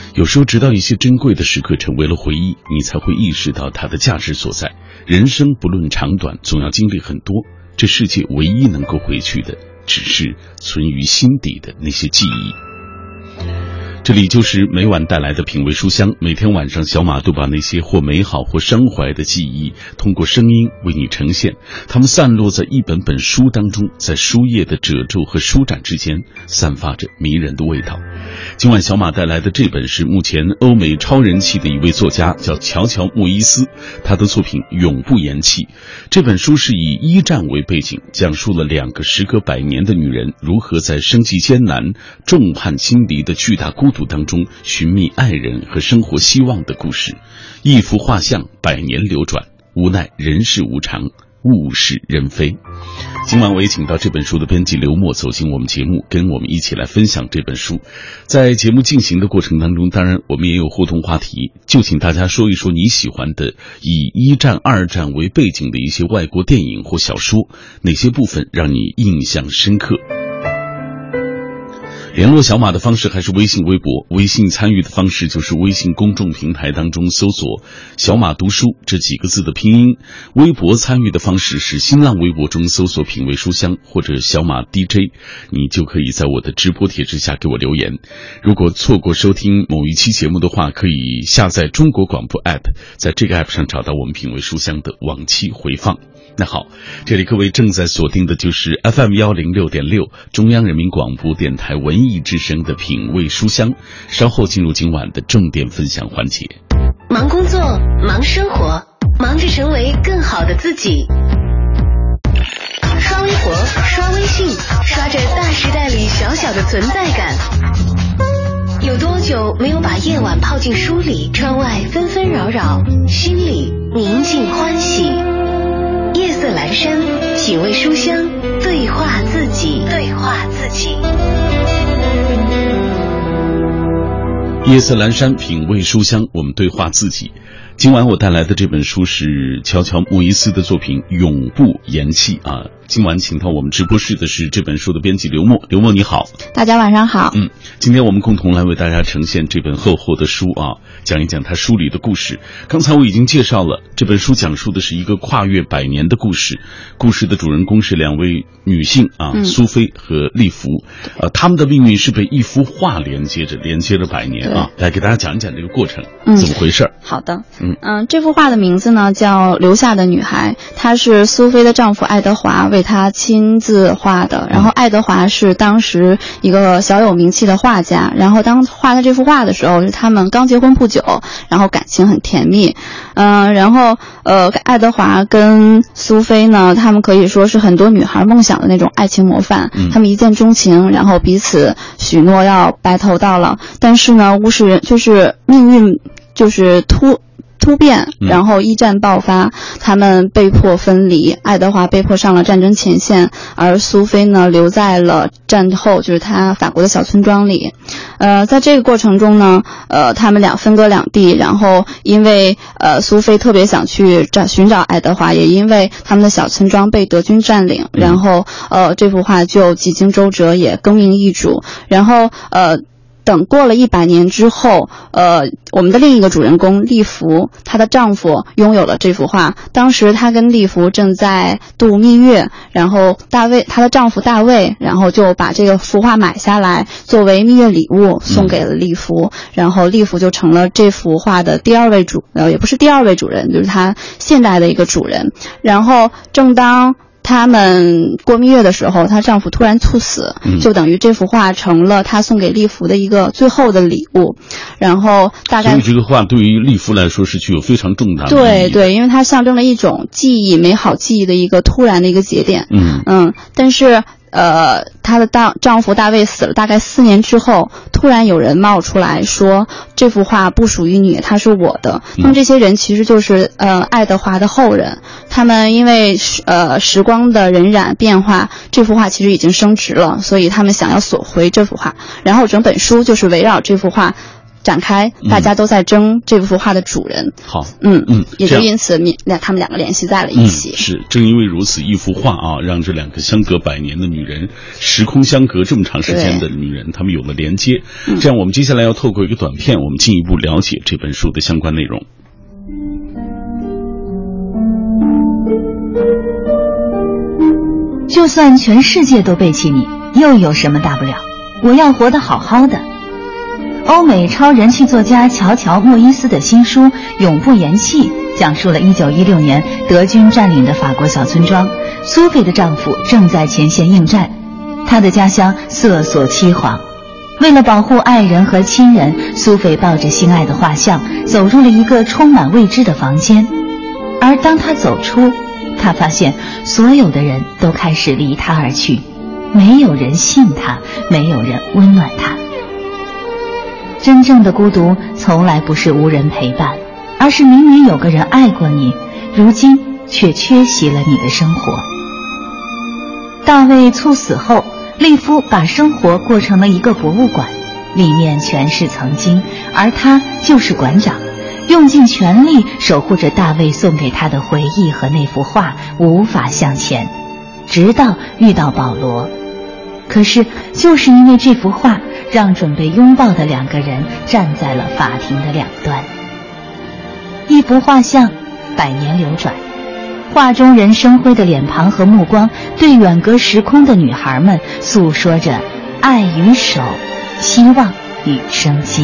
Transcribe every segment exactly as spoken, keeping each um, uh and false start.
有时候直到一些珍贵的时刻成为了回忆，你才会意识到它的价值所在。人生不论长短，总要经历很多，这世界唯一能够回去的，只是存于心底的那些记忆。这里就是每晚带来的品味书香，每天晚上小马都把那些或美好或伤怀的记忆通过声音为你呈现，它们散落在一本本书当中，在书页的褶皱和舒展之间散发着迷人的味道。今晚小马带来的这本是目前欧美超人气的一位作家，叫乔乔·莫伊斯，他的作品永不言弃。这本书是以一战为背景，讲述了两个时隔百年的女人如何在生计艰难、众叛亲离的巨大孤独当中寻觅爱人和生活希望的故事。一幅画像，百年流转，无奈人世无常，物是人非。今晚我也请到这本书的编辑刘默走进我们节目，跟我们一起来分享这本书。在节目进行的过程当中，当然我们也有互动话题，就请大家说一说你喜欢的以一战二战为背景的一些外国电影或小说，哪些部分让你印象深刻。联络小马的方式还是微信微博，微信参与的方式就是微信公众平台当中搜索小马读书这几个字的拼音，微博参与的方式是新浪微博中搜索品味书香或者小马 D J， 你就可以在我的直播帖之下给我留言。如果错过收听某一期节目的话，可以下载中国广播 App， 在这个 App 上找到我们品味书香的往期回放。那好，这里各位正在锁定的就是 F M 一零六点六 中央人民广播电台文艺之声的品味书香，稍后进入今晚的重点分享环节。 忙工作，忙生活，忙着成为更好的自己。刷微博，刷微信，刷着大时代里小小的存在感。有多久没有把夜晚泡进书里，窗外纷纷扰扰，心里宁静欢喜。夜色阑珊，品味书香，对话自己，对话自己。 夜色阑珊，品味书香，我们对话自己。今晚我带来的这本书是乔乔·莫伊斯的作品《永不言弃》啊。今晚请到我们直播室的是这本书的编辑刘默，刘默你好。 大家晚上好。 嗯，今天我们共同来为大家呈现这本厚厚的书啊，讲一讲它书里的故事。刚才我已经介绍了，这本书讲述的是一个跨越百年的故事，故事的主人公是两位女性啊，嗯、苏菲和丽芙，呃，她们的命运是被一幅画连接着，连接了百年啊。来给大家讲一讲这个过程，嗯、怎么回事？ 好的， 嗯嗯、呃，这幅画的名字呢叫《留下的女孩》，她是苏菲的丈夫爱德华为她亲自画的。然后爱德华是当时一个小有名气的画家，然后当画的这幅画的时候，是他们刚结婚不久，然后感情很甜蜜。嗯、呃，然后呃，爱德华跟苏菲呢，他们可以说是很多女孩梦想的那种爱情模范。 嗯、 他们一见钟情，然后彼此许诺要白头到老。但是呢，物是人就是命运就是突。突变，然后一战爆发，嗯、他们被迫分离。爱德华被迫上了战争前线，而苏菲呢留在了战后，就是他法国的小村庄里。呃，在这个过程中呢，呃，他们俩分隔两地。然后因为呃苏菲特别想去找寻找爱德华，也因为他们的小村庄被德军占领，然后呃这幅画就几经周折也更名易主。然后呃。等过了一百年之后，呃，我们的另一个主人公丽芙，她的丈夫拥有了这幅画。当时她跟丽芙正在度蜜月，然后大卫，她的丈夫大卫，然后就把这个幅画买下来，作为蜜月礼物送给了丽芙。嗯、然后丽芙就成了这幅画的第二位主，呃，也不是第二位主人，就是她现代的一个主人。然后正当他们过蜜月的时候，她丈夫突然猝死，就等于这幅画成了她送给丽芙的一个最后的礼物。然后大概， 所以这个画对于丽芙来说是具有非常重大的意义。 对对，因为它象征了一种记忆、美好记忆的一个突然的一个节点。 嗯嗯，但是。呃，她的大丈夫大卫死了大概四年之后，突然有人冒出来说这幅画不属于你，它是我的。那么这些人其实就是呃爱德华的后人，他们因为呃时光的荏苒变化，这幅画其实已经升值了，所以他们想要索回这幅画。然后整本书就是围绕这幅画展开，大家都在争这幅画的主人。 好， 嗯嗯， 也就因此，他们两个联系在了一起。 嗯、是，正因为如此，一幅画啊，让这两个相隔百年的女人，时空相隔这么长时间的女人，她们有了连接。这样，我们接下来要透过一个短片，我们进一步了解这本书的相关内容。 就算全世界都背弃你，又有什么大不了？我要活得好好的。欧美超人气作家乔乔·莫伊斯的新书《永不言弃》讲述了一九一六年德军占领的法国小村庄，苏菲的丈夫正在前线应战，她的家乡瑟索凄惶。为了保护爱人和亲人，苏菲抱着心爱的画像走入了一个充满未知的房间。而当她走出，她发现所有的人都开始离她而去，没有人信她，没有人温暖她。真正的孤独从来不是无人陪伴，而是明明有个人爱过你，如今却缺席了你的生活。大卫猝死后，利夫把生活过成了一个博物馆，里面全是曾经，而他就是馆长，用尽全力守护着大卫送给他的回忆和那幅画，无法向前，直到遇到保罗。可是就是因为这幅画，让准备拥抱的两个人站在了法庭的两端。一幅画像，百年流转，画中人生辉的脸庞和目光，对远隔时空的女孩们诉说着爱与手，希望与生机。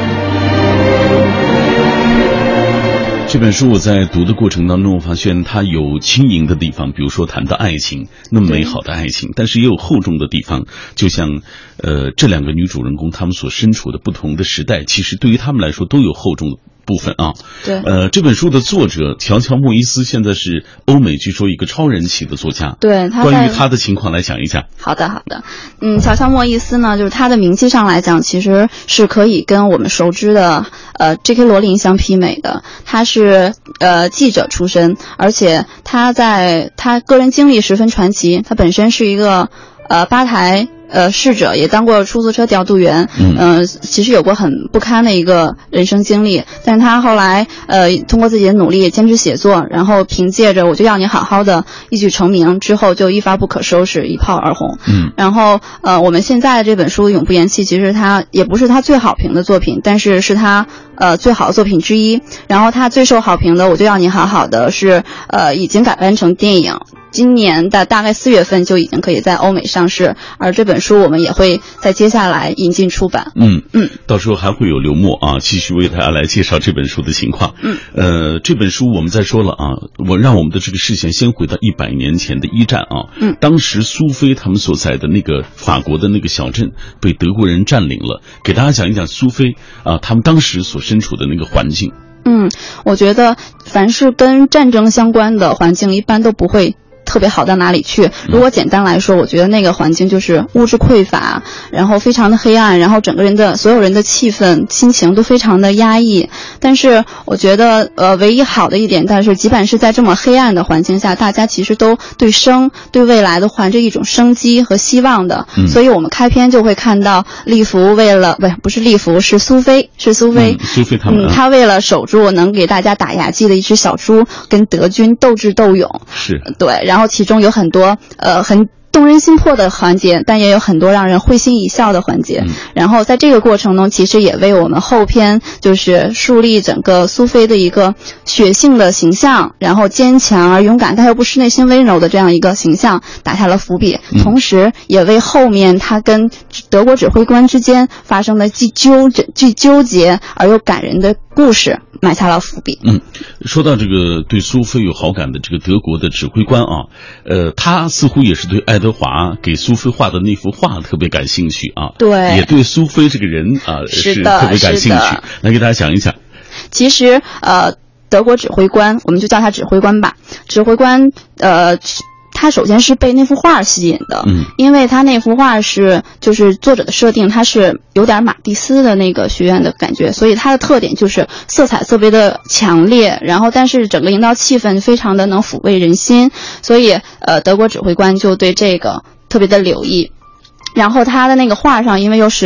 这本书我在读的过程当中，我发现它有轻盈的地方，比如说谈到爱情，那么美好的爱情，但是也有厚重的地方，就像呃这两个女主人公她们所身处的不同的时代，其实对于她们来说都有厚重的部分啊。 对， 呃，这本书的作者乔乔·莫伊斯现在是欧美据说一个超人气的作家。 对，他关于他的情况来讲一下。 好的，好的。嗯，乔乔·莫伊斯呢，就是他的名气上来讲，其实是可以跟我们熟知的呃 J K 罗琳相媲美的。他是呃记者出身，而且他在他个人经历十分传奇。他本身是一个呃吧台。呃，逝者，也当过出租车调度员，嗯、呃，其实有过很不堪的一个人生经历，但是他后来呃通过自己的努力坚持写作，然后凭借着我就要你好好的一举成名，之后就一发不可收拾，一炮而红。嗯，然后呃我们现在的这本书《永不言弃》，其实它也不是他最好评的作品，但是是他呃最好的作品之一。然后他最受好评的我就要你好好的是呃已经改编成电影。今年的大概四月份就已经可以在欧美上市，而这本书我们也会在接下来引进出版。 嗯嗯，到时候还会有刘墨啊，继续为大家来介绍这本书的情况。嗯，呃，这本书我们再说了啊，我让我们的这个视线先回到一百年前的一战啊。嗯，当时苏菲他们所在的那个法国的那个小镇被德国人占领了，给大家讲一讲苏菲啊，他们当时所身处的那个环境。 嗯，我觉得凡是跟战争相关的环境，一般都不会特别好到哪里去。如果简单来说，我觉得那个环境就是物质匮乏，然后非常的黑暗，然后整个人的所有人的气氛心情都非常的压抑。但是我觉得呃唯一好的一点，但是即便是在这么黑暗的环境下，大家其实都对生对未来都怀着一种生机和希望的。嗯、所以我们开篇就会看到利弗为了不不是利弗是苏菲是苏菲、 嗯、苏菲他们、 嗯、他为了守住能给大家打牙祭的一只小猪，跟德军斗智斗勇。 是对，然后其中有很多呃很动人心魄的环节，但也有很多让人会心一笑的环节。嗯、然后在这个过程中，其实也为我们后篇就是树立整个苏菲的一个血性的形象，然后坚强而勇敢，但又不失内心温柔的这样一个形象打下了伏笔。嗯、同时，也为后面他跟德国指挥官之间发生的既纠既纠结而又感人的故事埋下了伏笔。 嗯，说到这个对苏菲有好感的这个德国的指挥官啊，呃，他似乎也是对爱德华给苏菲画的那幅画特别感兴趣啊， 对， 也对苏菲这个人啊是特别感兴趣。来给大家讲一讲。 其实呃，德国指挥官，我们就叫他指挥官吧。指挥官呃。他首先是被那幅画吸引的，嗯，因为他那幅画是就是作者的设定，他是有点马蒂斯的那个学院的感觉，所以它的特点就是色彩特别的强烈，然后但是整个营造气氛非常的能抚慰人心，所以呃德国指挥官就对这个特别的留意。然后他的那个画上，因为又是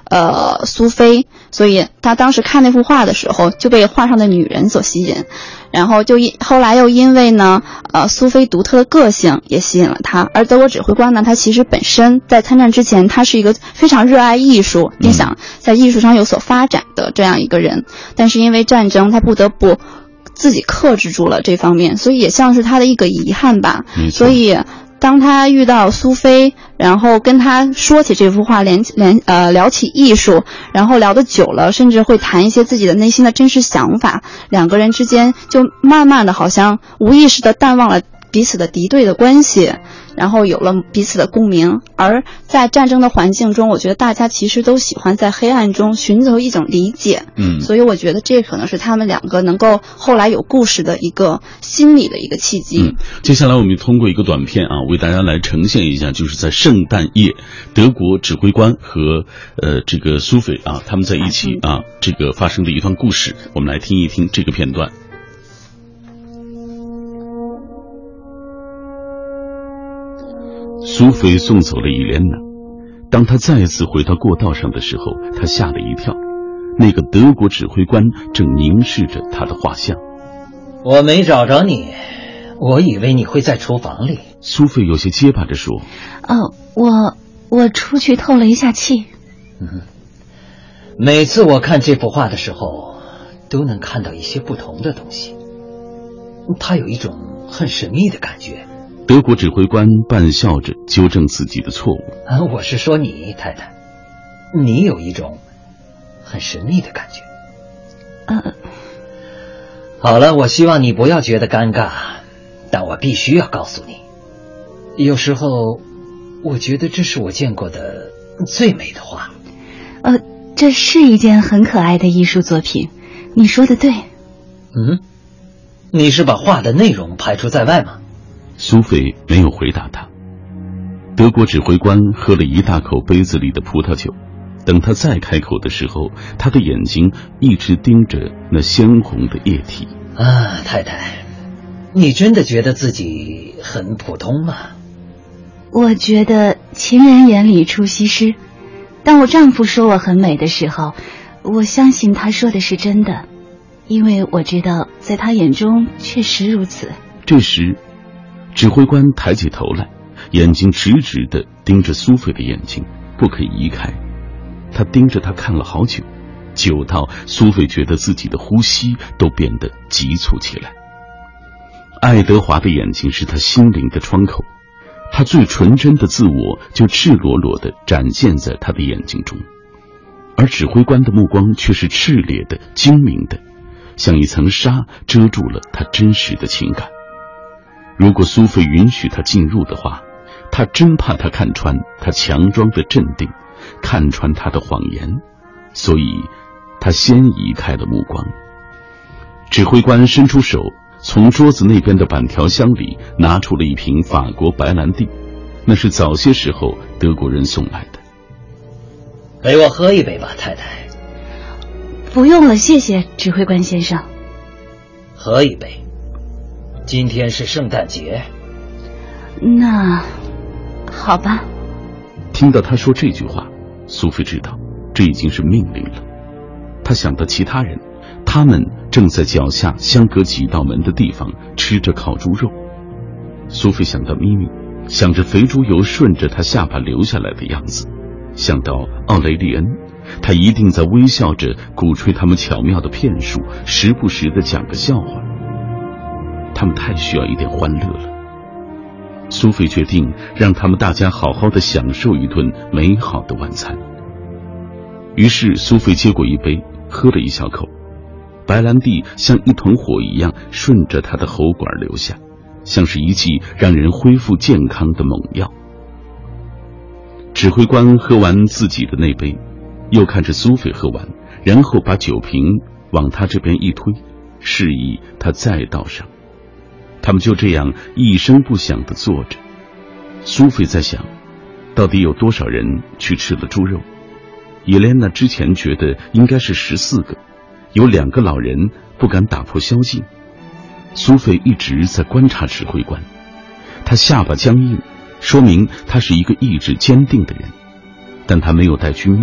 呃苏菲，所以他当时看那幅画的时候就被画上的女人所吸引，然后就因后来又因为呢呃苏菲独特的个性也吸引了他。而德国指挥官呢，他其实本身在参战之前他是一个非常热爱艺术并想在艺术上有所发展的这样一个人，但是因为战争他不得不自己克制住了这方面，所以也像是他的一个遗憾吧。所以当他遇到苏菲，然后跟他说起这幅画，连连呃聊起艺术，然后聊得久了，甚至会谈一些自己的内心的真实想法，两个人之间就慢慢的好像无意识的淡忘了彼此的敌对的关系，然后有了彼此的共鸣。而在战争的环境中，我觉得大家其实都喜欢在黑暗中寻求一种理解， 嗯， 所以我觉得这可能是他们两个能够后来有故事的一个心理的一个契机。 嗯，接下来我们通过一个短片啊，为大家来呈现一下，就是在圣诞夜，德国指挥官和呃这个苏菲啊，他们在一起啊，这个发生的一段故事，我们来听一听这个片段。苏菲送走了伊莲娜，当她再次回到过道上的时候，她吓了一跳，那个德国指挥官正凝视着她的画像。 我没找着你，我以为你会在厨房里。 苏菲有些结巴地说： 哦，我我出去透了一下气。 嗯，每次我看这幅画的时候，都能看到一些不同的东西，它有一种很神秘的感觉。 德国指挥官半笑着纠正自己的错误。 啊，我是说你，太太，你有一种很神秘的感觉。 呃， 好了，我希望你不要觉得尴尬，但我必须要告诉你，有时候我觉得这是我见过的最美的画。 呃，这是一件很可爱的艺术作品，你说的对。 嗯，你是把画的内容排除在外吗？ 苏菲没有回答他。德国指挥官喝了一大口杯子里的葡萄酒，等他再开口的时候，他的眼睛一直盯着那鲜红的液体。 啊，太太，你真的觉得自己很普通吗？ 我觉得情人眼里出西施，当我丈夫说我很美的时候，我相信他说的是真的，因为我知道在他眼中确实如此。 这时指挥官抬起头来，眼睛直直地盯着苏菲的眼睛，不肯移开。他盯着她看了好久，久到苏菲觉得自己的呼吸都变得急促起来。爱德华的眼睛是他心灵的窗口，他最纯真的自我就赤裸裸地展现在他的眼睛中，而指挥官的目光却是炽烈的、精明的，像一层纱遮住了他真实的情感。如果苏菲允许他进入的话，他真怕他看穿他强装的镇定，看穿他的谎言，所以他先移开了目光。指挥官伸出手，从桌子那边的板条箱里拿出了一瓶法国白兰地，那是早些时候德国人送来的。 陪我喝一杯吧，太太。 不用了，谢谢指挥官先生。 喝一杯，今天是圣诞节。 那好吧。 听到他说这句话，苏菲知道这已经是命令了。他想到其他人，他们正在脚下相隔几道门的地方吃着烤猪肉。苏菲想到咪咪，想着肥猪油顺着他下巴流下来的样子，想到奥雷利恩，他一定在微笑着鼓吹他们巧妙的骗术，时不时地讲个笑话。他们太需要一点欢乐了。苏菲决定让他们大家好好的享受一顿美好的晚餐。于是苏菲接过一杯，喝了一小口，白兰地像一团火一样顺着她的喉管流下，像是一剂让人恢复健康的猛药。指挥官喝完自己的那杯，又看着苏菲喝完，然后把酒瓶往他这边一推，示意他再倒上。他们就这样一声不响地坐着。苏菲在想，到底有多少人去吃了猪肉？伊莲娜之前觉得应该是十四个，有两个老人不敢打破宵禁。苏菲一直在观察指挥官，他下巴僵硬，说明他是一个意志坚定的人，但他没有戴军帽，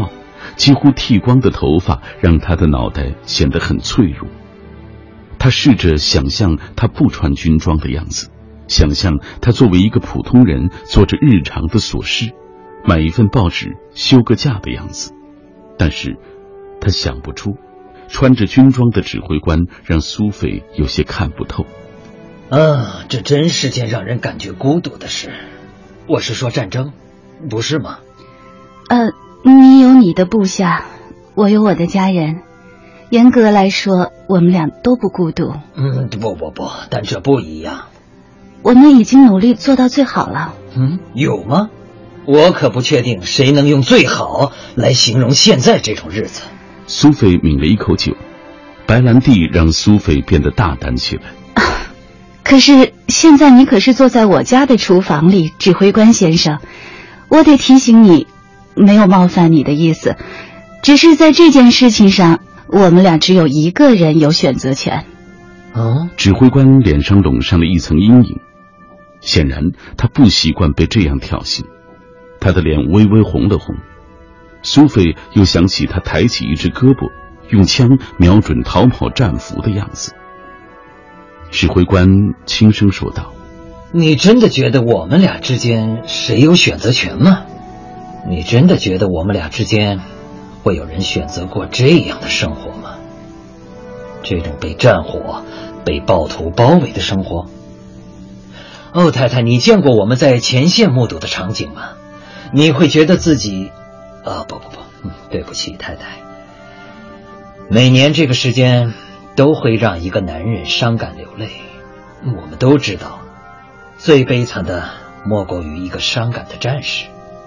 几乎剃光的头发让他的脑袋显得很脆弱。他试着想象他不穿军装的样子，想象他作为一个普通人做着日常的琐事，买一份报纸，休个假的样子。但是他想不出，穿着军装的指挥官让苏菲有些看不透。 啊，这真是件让人感觉孤独的事。我是说战争，不是吗？ 呃，你有你的部下，我有我的家人。严格来说，我们俩都不孤独。 嗯，不不不，但这不一样。 我们已经努力做到最好了。 嗯，有吗？我可不确定谁能用最好来形容现在这种日子。 苏菲抿了一口酒，白兰地让苏菲变得大胆起来。 啊，可是现在你可是坐在我家的厨房里，指挥官先生，我得提醒你，没有冒犯你的意思，只是在这件事情上，我们俩只有一个人有选择权。 哦， 指挥官脸上笼上了一层阴影，显然他不习惯被这样挑衅，他的脸微微红了红。苏菲又想起他抬起一只胳膊，用枪瞄准逃跑战俘的样子。指挥官轻声说道： 你真的觉得我们俩之间谁有选择权吗？你真的觉得我们俩之间会有人选择过这样的生活吗？这种被战火、被暴徒包围的生活？哦，太太，你见过我们在前线目睹的场景吗？你会觉得自己……啊，不不不，嗯，对不起，太太。每年这个时间都会让一个男人伤感流泪，我们都知道，最悲惨的莫过于一个伤感的战士。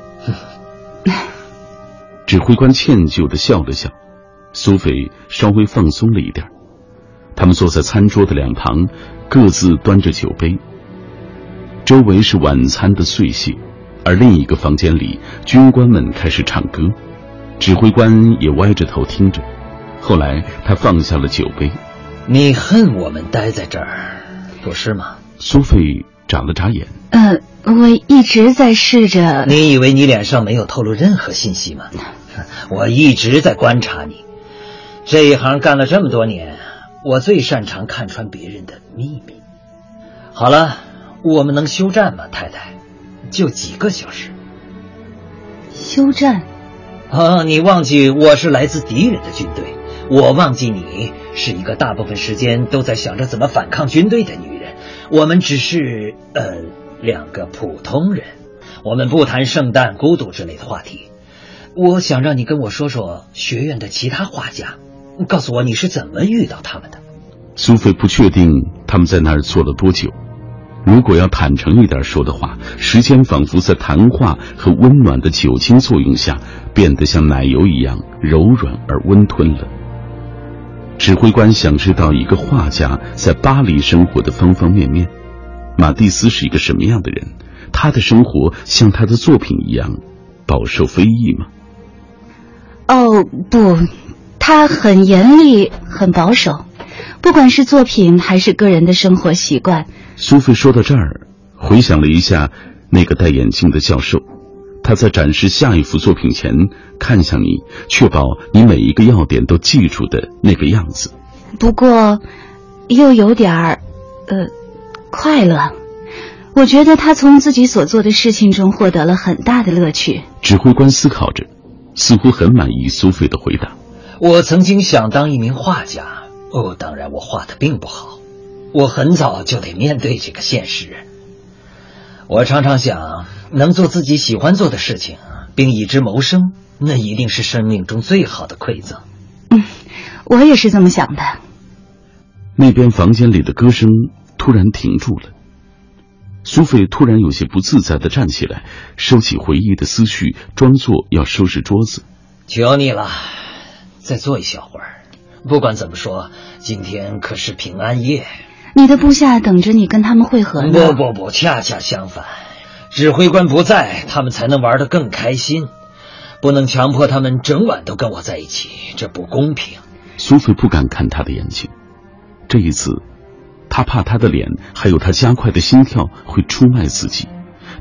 指挥官歉疚地笑了笑，苏菲稍微放松了一点。他们坐在餐桌的两旁，各自端着酒杯，周围是晚餐的碎屑，而另一个房间里，军官们开始唱歌，指挥官也歪着头听着。后来他放下了酒杯。 你恨我们待在这儿，不是吗？ 苏菲眨了眨眼。 呃，我一直在试着。 你以为你脸上没有透露任何信息吗？我一直在观察你，这一行干了这么多年，我最擅长看穿别人的秘密。好了，我们能休战吗，太太？就几个小时。 休战？ 啊，你忘记我是来自敌人的军队，我忘记你是一个大部分时间都在想着怎么反抗军队的女人。我们只是呃两个普通人，我们不谈圣诞、孤独之类的话题。我想让你跟我说说学院的其他画家，告诉我你是怎么遇到他们的。 苏菲不确定他们在那儿坐了多久，如果要坦诚一点说的话，时间仿佛在谈话和温暖的酒精作用下变得像奶油一样柔软而温吞了。指挥官想知道一个画家在巴黎生活的方方面面，马蒂斯是一个什么样的人，他的生活像他的作品一样饱受非议吗？ 哦，不，他很严厉，很保守，不管是作品还是个人的生活习惯。 苏菲说到这儿，回想了一下那个戴眼镜的教授，他在展示下一幅作品前看向你，确保你每一个要点都记住的那个样子。 不过又有点儿呃快乐，我觉得他从自己所做的事情中获得了很大的乐趣。 指挥官思考着，似乎很满意苏菲的回答。 我曾经想当一名画家，哦，当然我画的并不好，我很早就得面对这个现实。我常常想，能做自己喜欢做的事情，并以之谋生，那一定是生命中最好的馈赠。 嗯，我也是这么想的。 那边房间里的歌声突然停住了，苏菲突然有些不自在地站起来，收起回忆的思绪，装作要收拾桌子。 求你了，再坐一小会儿。不管怎么说，今天可是平安夜。 你的部下等着你跟他们会合呢。 不不不，恰恰相反，指挥官不在，他们才能玩得更开心。不能强迫他们整晚都跟我在一起，这不公平。 苏菲不敢看他的眼睛，这一次她怕他的脸还有他加快的心跳会出卖自己，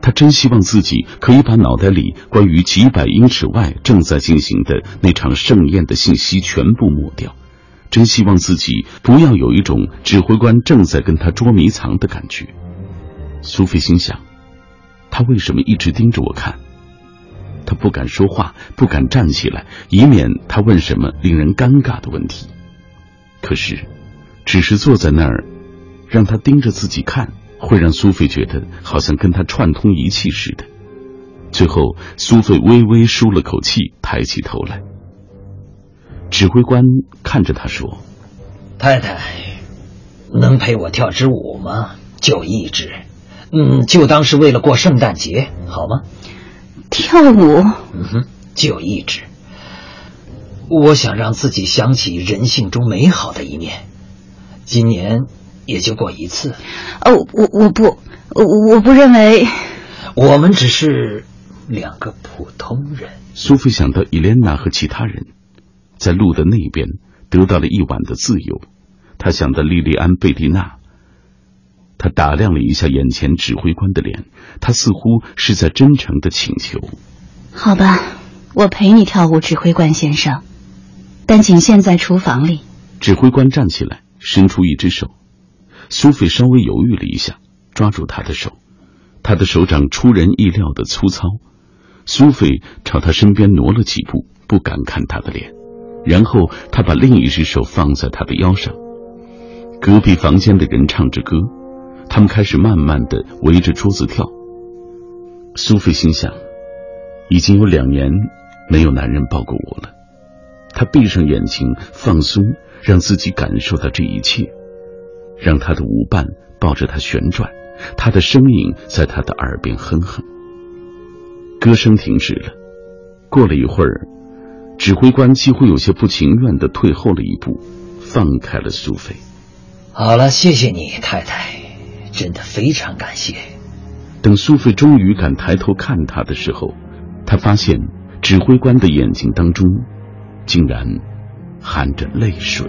他真希望自己可以把脑袋里关于几百英尺外正在进行的那场盛宴的信息全部抹掉，真希望自己不要有一种指挥官正在跟他捉迷藏的感觉。苏菲心想，他为什么一直盯着我看？他不敢说话，不敢站起来，以免他问什么令人尴尬的问题。可是只是坐在那儿让他盯着自己看，会让苏菲觉得好像跟他串通一气似的。最后苏菲微微舒了口气，抬起头来。指挥官看着他说， 太太，能陪我跳支舞吗？就一支，嗯，就当是为了过圣诞节，好吗？ 跳舞？ 嗯哼，就一支。我想让自己想起人性中美好的一面，今年也就过一次。 哦，我我不，我我不认为。 我们只是两个普通人。 苏菲想到伊莲娜和其他人在路的那边得到了一晚的自由，她想到莉莉安·贝蒂娜。他打量了一下眼前指挥官的脸，他似乎是在真诚地请求。 好吧，我陪你跳舞，指挥官先生，但仅限在厨房里。 指挥官站起来，伸出一只手。苏菲稍微犹豫了一下，抓住他的手，他的手掌出人意料的粗糙。苏菲朝他身边挪了几步，不敢看他的脸，然后他把另一只手放在他的腰上。隔壁房间的人唱着歌，他们开始慢慢地围着桌子跳。苏菲心想，已经有两年没有男人抱过我了。她闭上眼睛，放松，让自己感受到这一切，让她的舞伴抱着她旋转，她的声音在她的耳边哼哼。歌声停止了，过了一会儿，指挥官几乎有些不情愿地退后了一步，放开了苏菲。 好了，谢谢你，太太，真的非常感谢。 等苏菲终于敢抬头看他的时候，她发现指挥官的眼睛当中竟然含着泪水。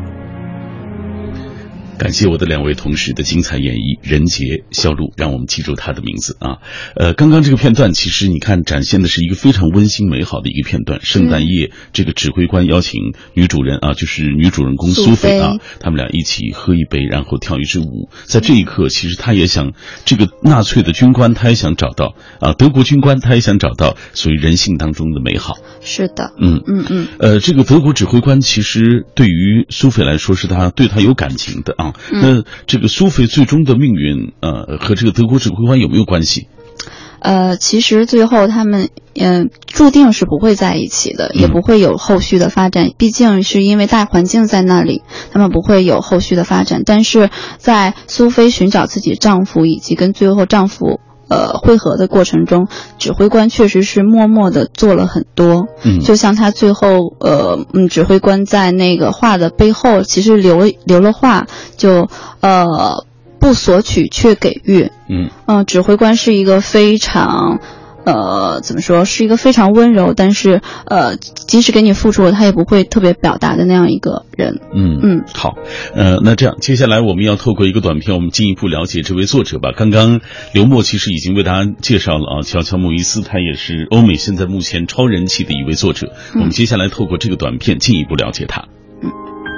感谢我的两位同事的精彩演绎，任杰、肖路，让我们记住他的名字啊。呃，刚刚这个片段其实你看展现的是一个非常温馨美好的一个片段。圣诞夜，这个指挥官邀请女主人啊，就是女主人公苏菲啊，他们俩一起喝一杯，然后跳一支舞。在这一刻，其实他也想，这个纳粹的军官他也想找到啊，德国军官他也想找到属于人性当中的美好。 是的， 嗯嗯嗯。 呃，这个德国指挥官其实对于苏菲来说是他对他有感情的啊。 嗯、 那这个苏菲最终的命运，呃，和这个德国指挥官有没有关系？ 呃，其实最后他们，嗯、呃，注定是不会在一起的，也不会有后续的发展。嗯、毕竟是因为大环境在那里，他们不会有后续的发展。但是在苏菲寻找自己丈夫以及跟最后丈夫呃会合的过程中，指挥官确实是默默的做了很多。 嗯， 就像他最后呃嗯，指挥官在那个画的背后，其实留留了话，就呃不索取却给予。 嗯嗯、呃，指挥官是一个非常。呃，怎么说，是一个非常温柔，但是呃，即使给你付出了，他也不会特别表达的那样一个人。 嗯嗯， 好，呃，那这样，接下来我们要透过一个短片，我们进一步了解这位作者吧。刚刚刘默其实已经为大家介绍了啊，乔乔莫伊斯，他也是欧美现在目前超人气的一位作者。嗯、我们接下来透过这个短片进一步了解他。 嗯，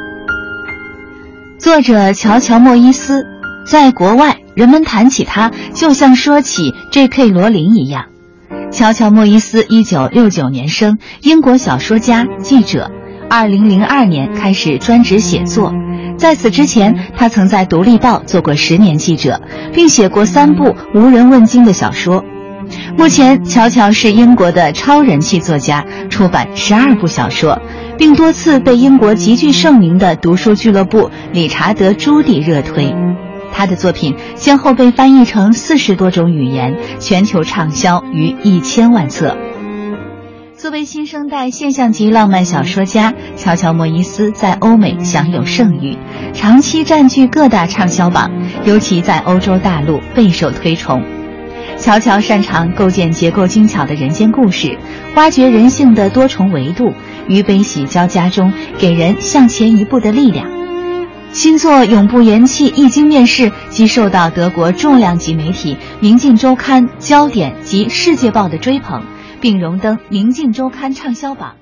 作者乔乔莫伊斯，在国外人们谈起他，就像说起 J K 罗琳一样。乔乔莫伊斯一九六九年生，英国小说家、记者。二零零二年开始专职写作，在此之前，他曾在《独立报》做过十年记者，并写过三部无人问津的小说。目前，乔乔是英国的超人气作家，出版十二部小说，并多次被英国极具盛名的读书俱乐部理查德·朱迪热推。他的作品先后被翻译成四十多种语言，全球畅销逾一千万册。作为新生代现象级浪漫小说家，乔乔莫伊斯在欧美享有盛誉，长期占据各大畅销榜，尤其在欧洲大陆备受推崇。乔乔擅长构建结构精巧的人间故事，挖掘人性的多重维度，于悲喜交加中给人向前一步的力量。 新作《永不言弃》一经面世，即受到德国重量级媒体《明镜周刊》、《焦点》及《世界报》的追捧，并荣登《明镜周刊》畅销榜。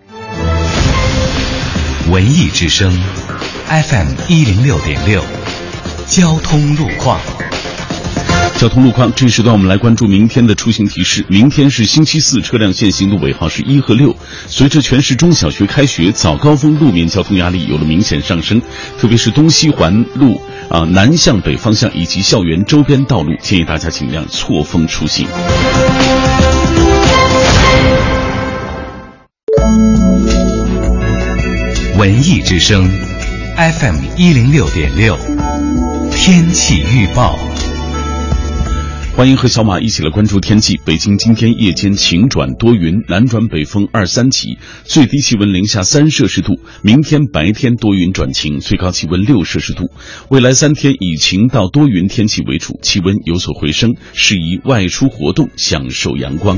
文艺之声 F M 一零六点六，交通路况。 交通路况，这时段我们来关注明天的出行提示。明天是星期四，车辆限行的尾号是一和六。随着全市中小学开学，早高峰路面交通压力有了明显上升，特别是东西环路啊、南向北方向以及校园周边道路，建议大家尽量错峰出行。 文艺之声 F M 一零六点六，天气预报。 欢迎和小马一起来关注天气。北京今天夜间晴转多云，南转北风二三级，最低气温零下三摄氏度。明天白天多云转晴，最高气温六摄氏度。未来三天以晴到多云天气为主，气温有所回升，适宜外出活动，享受阳光。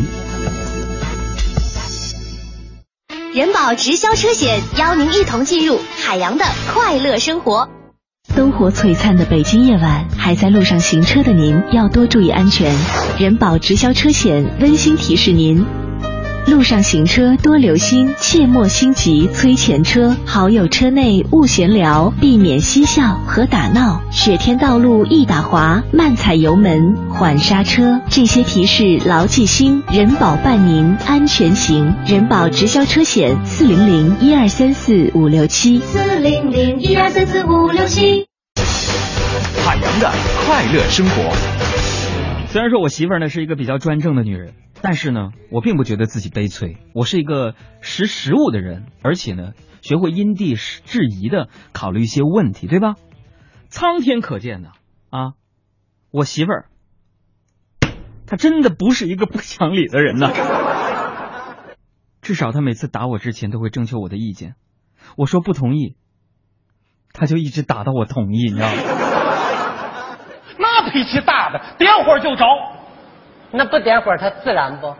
人保直销车险邀您一同进入海洋的快乐生活。 灯火璀璨的北京夜晚，还在路上行车的您要多注意安全。人保直销车险温馨提示您：路上行车多留心，切莫心急催前车，好友车内勿闲聊，避免嬉笑和打闹。雪天道路易打滑，慢踩油门，缓刹车。这些提示牢记心，人保伴您安全行。人保直销车险四零零一二三四五六七四零零一二三四五六七。 海洋的快乐生活。 虽然说我媳妇儿呢是一个比较专政的女人，但是呢，我并不觉得自己悲催。我是一个识时务的人，而且呢，学会因地制宜的考虑一些问题，对吧？苍天可见的啊，我媳妇儿，她真的不是一个不讲理的人呐。至少她每次打我之前都会征求我的意见，我说不同意，她就一直打到我同意，你知道吗？ 那脾气大的，点火就着。 那不点火它自燃不？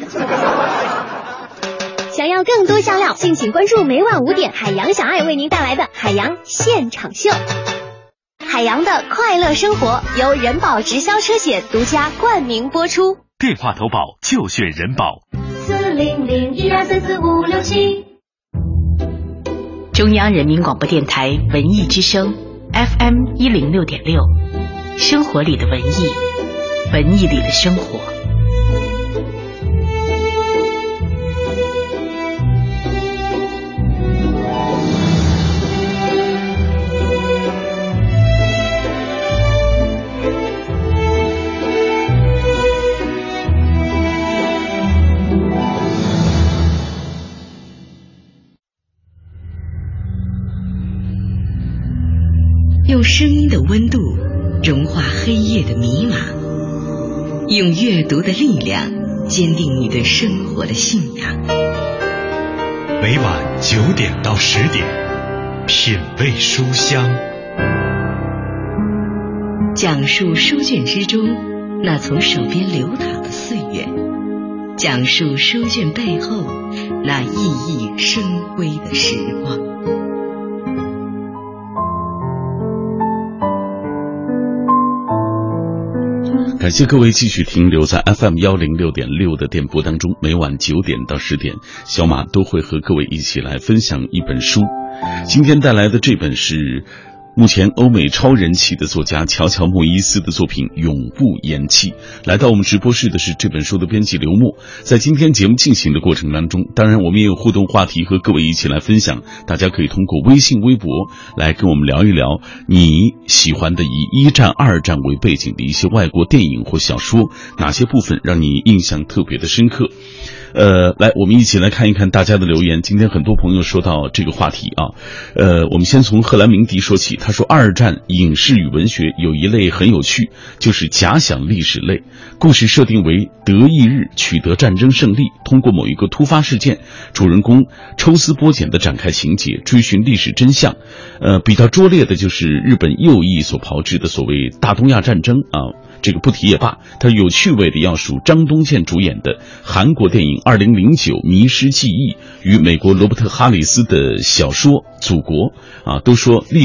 想要更多香料，敬请关注每晚五点海洋小爱为您带来的海洋现场秀。海洋的快乐生活由人保直销车险独家冠名播出。 电话投保就选人保。 四零零一二三四五六七。 中央人民广播电台文艺之声 F M 一零六点六，生活里的文艺，文艺里的生活。 用声音的温度融化黑夜的迷茫，用阅读的力量坚定你对生活的信仰。 每晚九点到十点，品味书香， 讲述书卷之中那从手边流淌的岁月，讲述书卷背后那熠熠生辉的时光。 感谢各位继续停留在 F M 一零六点六的电波当中，每晚九点到十点，小马都会和各位一起来分享一本书。今天带来的这本是目前欧美超人气的作家乔乔莫伊斯的作品《永不言弃》。来到我们直播室的是这本书的编辑刘默。在今天节目进行的过程当中，当然我们也有互动话题和各位一起来分享，大家可以通过微信微博来跟我们聊一聊你喜欢的以一战二战为背景的一些外国电影或小说，哪些部分让你印象特别的深刻。呃，来，我们一起来看一看大家的留言。今天很多朋友说到这个话题啊，呃，我们先从赫兰明迪说起。他说，二战影视与文学有一类很有趣，就是假想历史类。故事设定为德意日取得战争胜利，通过某一个突发事件，主人公抽丝剥茧地展开情节，追寻历史真相。呃，比较拙劣的就是日本右翼所炮制的所谓大东亚战争啊。这个不提也罢。他有趣味的要数张东健主演的韩国电影《二零零九迷失记忆》与美国罗伯特·哈里斯的小说《祖国》啊，都说历史是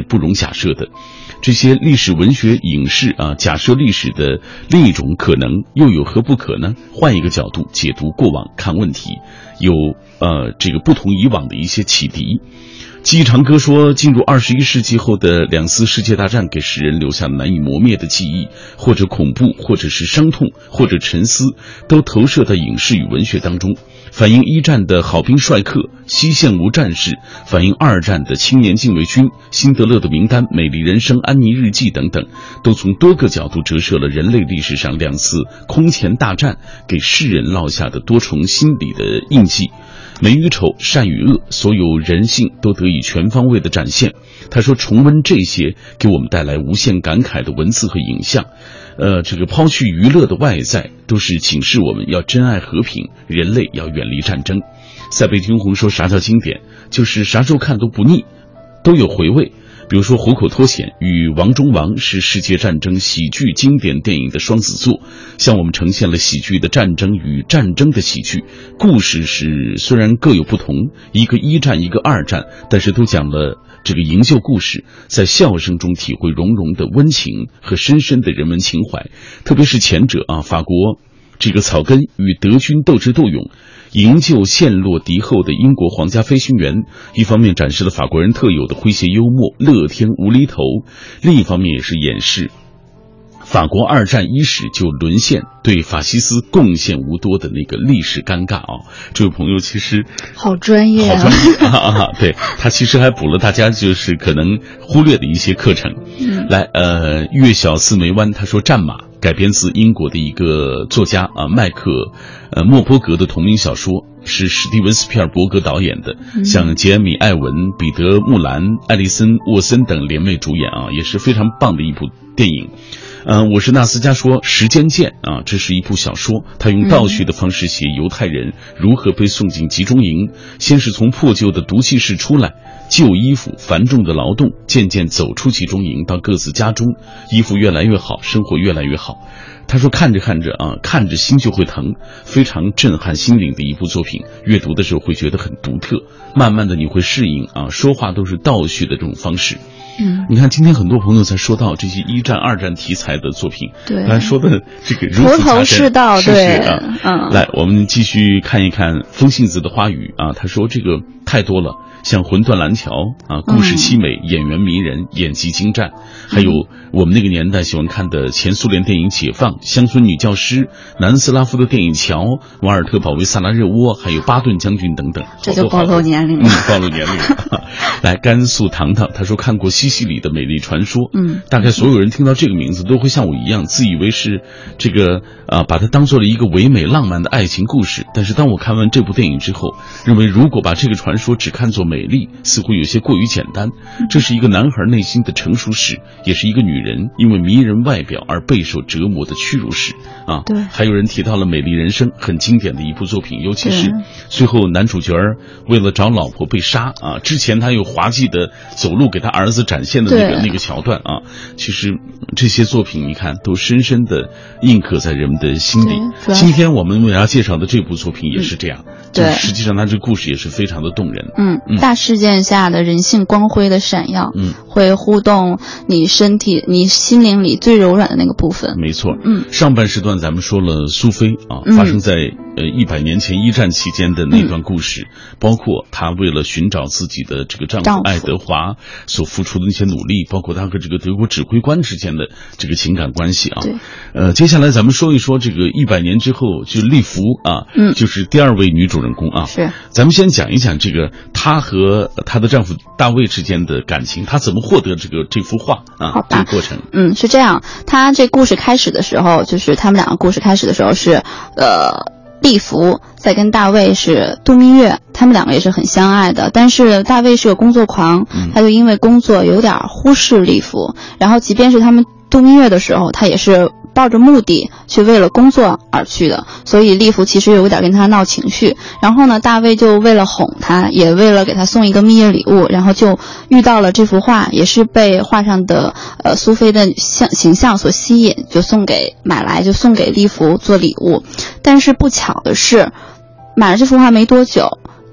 是不容假设的。这些历史文学影视啊，假设历史的另一种可能，又有何不可呢？换一个角度解读过往，看问题，有呃这个不同以往的一些启迪。记忆长歌说，进入二十一世纪后的两次世界大战给世人留下难以磨灭的记忆，或者恐怖，或者是伤痛，或者沉思，都投射在影视与文学当中。反映一战的好兵帅克、西线无战事，反映二战的青年禁卫军、辛德勒的名单、美丽人生、安妮日记等等，都从多个角度折射了人类历史上两次空前大战给世人烙下的多重心理的印记。美与丑，善与恶，所有人性都得以全方位的展现。他说，重温这些给我们带来无限感慨的文字和影像，呃，这个抛去娱乐的外在，都是警示我们要珍爱和平，人类要远离战争。塞北惊鸿说，啥叫经典？就是啥时候看都不腻，都有回味。比如说《虎口脱险》与《王中王》是世界战争喜剧经典电影的双子座，向我们呈现了喜剧的战争与战争的喜剧。故事是虽然各有不同，一个一战一个二战，但是都讲了这个营救故事，在笑声中体会融融的温情和深深的人文情怀。特别是前者啊，法国这个草根与德军斗智斗勇，营救陷落敌后的英国皇家飞行员，一方面展示了法国人特有的诙谐幽默、乐天无厘头，另一方面也是掩饰法国二战伊始就沦陷，对法西斯贡献无多的那个历史尴尬啊！这位朋友其实好专业、啊， 好专业啊！对，他其实还补了大家就是可能忽略的一些课程。嗯、来，呃，月小四梅湾他说，《战马》改编自英国的一个作家啊麦克呃莫波格的同名小说，是史蒂文斯皮尔伯格导演的，嗯、像杰米艾文、彼得穆兰、艾利森沃森等联袂主演啊，也是非常棒的一部电影。嗯、呃，我是纳斯加说，《时间剑》啊，这是一部小说，他用倒叙的方式写犹太人如何被送进集中营，先是从破旧的毒气室出来，旧衣服、繁重的劳动，渐渐走出集中营，到各自家中，衣服越来越好，生活越来越好。他说看着看着啊，看着心就会疼，非常震撼心灵的一部作品，阅读的时候会觉得很独特，慢慢的你会适应啊，说话都是倒叙的这种方式。嗯，你看今天很多朋友在说到这些一战、二战题材的作品，对，刚才说的这个如此头头是道，对， 啊、嗯，来，我们继续看一看风信子的花语啊，他说这个太多了。像魂断蓝桥啊，故事凄美，嗯、演员迷人，演技精湛，还有我们那个年代喜欢看的前苏联电影《解放》、乡村女教师、南斯拉夫的电影《乔》、瓦尔特保卫萨拉热窝，还有巴顿将军等等。 这就暴露年龄了， 嗯，暴露年龄了。来，甘肃糖糖他说看过西西里的美丽传说，嗯，大概所有人听到这个名字都会像我一样，自以为是这个啊，把它当做了一个唯美浪漫的爱情故事。但是当我看完这部电影之后，认为如果把这个传说只看作美丽，似乎有些过于简单。这是一个男孩内心的成熟史，也是一个女人因为迷人外表而备受折磨的屈辱史啊。对，还有人提到了《美丽人生》，很经典的一部作品，尤其是最后男主角为了找老婆被杀啊，之前他有滑稽的走路给他儿子展现的那个那个桥段啊。其实这些作品你看都深深的印刻在人们的心里。今天我们为大家介绍的这部作品也是这样，嗯、对，实际上他这个故事也是非常的动人。 嗯，嗯大事件下的人性光辉的闪耀，嗯，会互动你身体、你心灵里最柔软的那个部分。 没错，嗯，上半时段咱们说了苏菲啊，发生在呃一百年前一战期间的那段故事，嗯、包括她为了寻找自己的这个丈夫爱德华所付出的那些努力，包括她和这个德国指挥官之间的这个情感关系啊。对，呃，接下来咱们说一说这个一百年之后，就利弗啊，嗯，就是第二位女主人公啊。是，咱们先讲一讲这个她和她的丈夫大卫之间的感情，她怎么获得这个这幅画啊？这个过程， 嗯，是这样。她这故事开始的时候，就是他们两个故事开始的时候是，呃，利弗在跟大卫是度蜜月，他们两个也是很相爱的。但是大卫是个工作狂，嗯、他就因为工作有点忽视利弗，然后即便是他们度蜜月的时候，他也是抱着目的去为了工作而去的，所以利弗其实有点跟他闹情绪。然后呢，大卫就为了哄他，也为了给他送一个蜜月礼物，然后就遇到了这幅画，也是被画上的呃苏菲的像形象所吸引，就送给买来就送给利弗做礼物。但是不巧的是，买了这幅画没多久，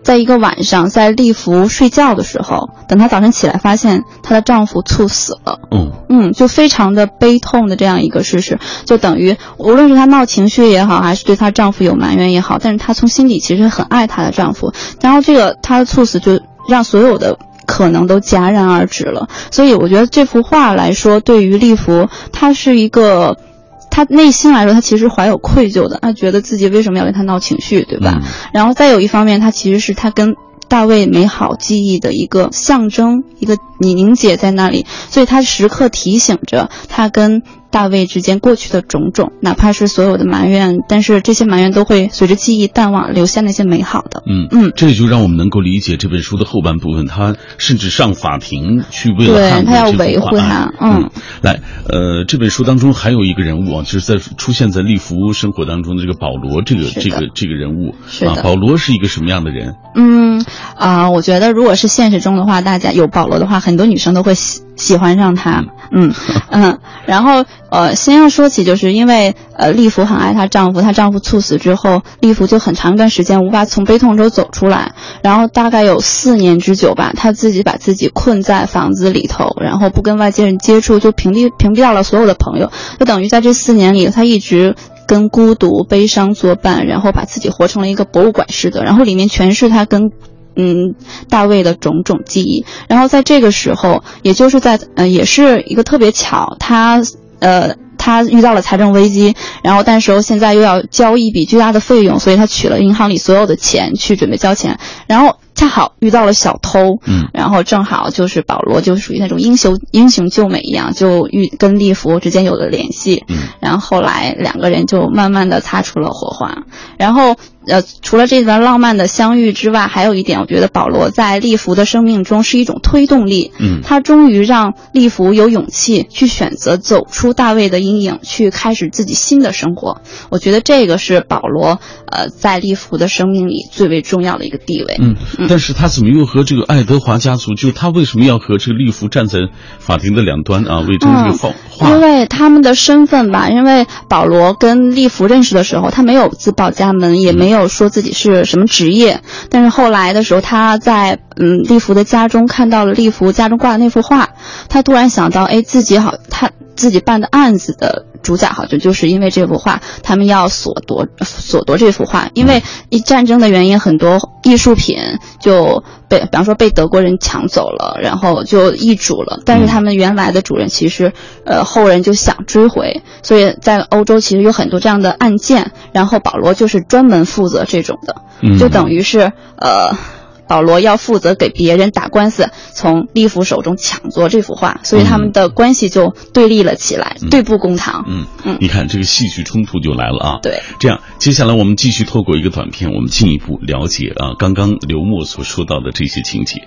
在一个晚上，在丽芙睡觉的时候，等她早晨起来，发现她的丈夫猝死了。 嗯嗯，就非常的悲痛的这样一个事实，就等于无论是她闹情绪也好，还是对她丈夫有埋怨也好，但是她从心底其实很爱她的丈夫。然后这个她的猝死就让所有的可能都戛然而止了。所以我觉得这幅画来说，对于丽芙，她是一个。他内心来说，他其实怀有愧疚的，他觉得自己为什么要跟他闹情绪，对吧？嗯、然后再有一方面，他其实是他跟大卫美好记忆的一个象征，一个凝结在那里，所以他时刻提醒着他跟大卫之间过去的种种，哪怕是所有的埋怨，但是这些埋怨都会随着记忆淡忘，留下那些美好的。 嗯嗯，这就让我们能够理解这本书的后半部分，他甚至上法庭去为了捍卫这幅画， 对，他要维护他。嗯， 嗯来，呃，这本书当中还有一个人物啊，就是在出现在丽芙生活当中的这个保罗，这个这个这个人物啊，保罗是一个什么样的人？ 嗯啊、呃，我觉得如果是现实中的话，大家有保罗的话，很多女生都会喜喜欢上他。嗯嗯，然后呃，先要说起，就是因为呃，丽芙很爱她丈夫，她丈夫猝死之后，丽芙就很长一段时间无法从悲痛中走出来，然后大概有四年之久吧，她自己把自己困在房子里头，然后不跟外界人接触，就屏蔽屏蔽掉了所有的朋友，就等于在这四年里，她一直跟孤独、悲伤作伴，然后把自己活成了一个博物馆似的，然后里面全是她跟嗯，大卫的种种记忆。然后在这个时候，也就是在呃，也是一个特别巧，他呃，他遇到了财政危机，然后但是现在又要交一笔巨大的费用，所以他取了银行里所有的钱去准备交钱，然后恰好遇到了小偷， 嗯， 然后正好就是保罗就属于那种英雄英雄救美一样，就遇跟丽芙之间有了联系， 嗯， 然后后来两个人就慢慢的擦出了火花，然后。呃，除了这段浪漫的相遇之外，还有一点，我觉得保罗在丽芙的生命中是一种推动力。 嗯， 他终于让丽芙有勇气去选择走出大卫的阴影，去开始自己新的生活。我觉得这个是保罗呃在丽芙的生命里最为重要的一个地位。 嗯，嗯但是他怎么又和这个爱德华家族，就他为什么要和这个丽芙站在法庭的两端啊，为争这个画？ 嗯，因为他们的身份吧，因为保罗跟丽芙认识的时候，他没有自报家门，也没有说自己是什么职业，但是后来的时候，他在嗯丽芙的家中看到了丽芙家中挂的那幅画，他突然想到，哎，自己好，他自己办的案子的主角好像就是因为这幅画，他们要索夺索夺这幅画，因为一战争的原因，很多艺术品就被，比方说被德国人抢走了，然后就易主了，但是他们原来的主人其实呃后人就想追回，所以在欧洲其实有很多这样的案件，然后保罗就是专门负责这种的，就等于是呃保罗要负责给别人打官司，从丽芙手中抢夺这幅画，所以他们的关系就对立了起来，嗯、对簿公堂。 嗯嗯，你看这个戏剧冲突就来了啊。 对， 这样接下来我们继续透过一个短片，我们进一步了解啊刚刚刘默所说到的这些情节。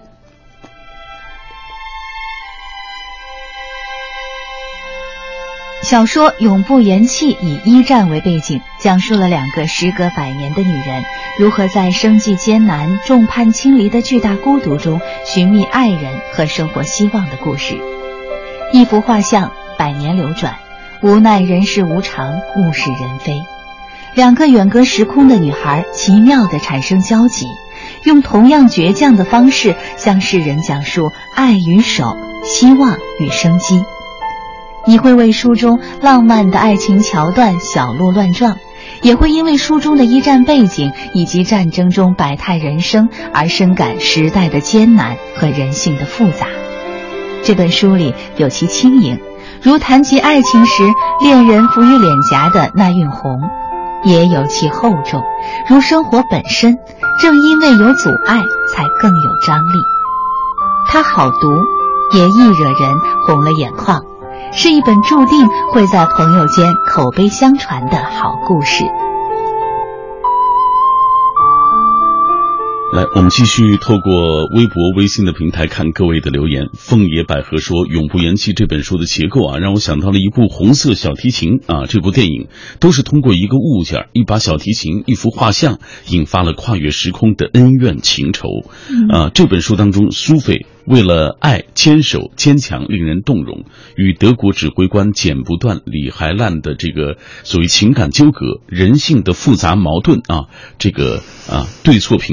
小说《永不言弃》以一战为背景，讲述了两个时隔百年的女人如何在生计艰难、众叛亲离的巨大孤独中寻觅爱人和生活希望的故事。一幅画像，百年流转，无奈人世无常，物是人非。两个远隔时空的女孩奇妙地产生交集，用同样倔强的方式向世人讲述爱与守、希望与生机。你会为书中浪漫的爱情桥段小鹿乱撞，也会因为书中的一战背景以及战争中百态人生而深感时代的艰难和人性的复杂。这本书里有其轻盈，如谈及爱情时恋人浮于脸颊的那晕红，也有其厚重，如生活本身，正因为有阻碍才更有张力。它好读，也易惹人红了眼眶，是一本注定会在朋友间口碑相传的好故事。 来，我们继续透过微博、微信的平台看各位的留言。凤野百合说，《永不言弃》这本书的结构啊，让我想到了一部红色小提琴啊。这部电影都是通过一个物件、一把小提琴、一幅画像，引发了跨越时空的恩怨情仇。啊，这本书当中，苏菲为了爱坚守坚强，令人动容，与德国指挥官剪不断理还乱的这个所谓情感纠葛、人性的复杂矛盾啊，这个啊对错评判啊。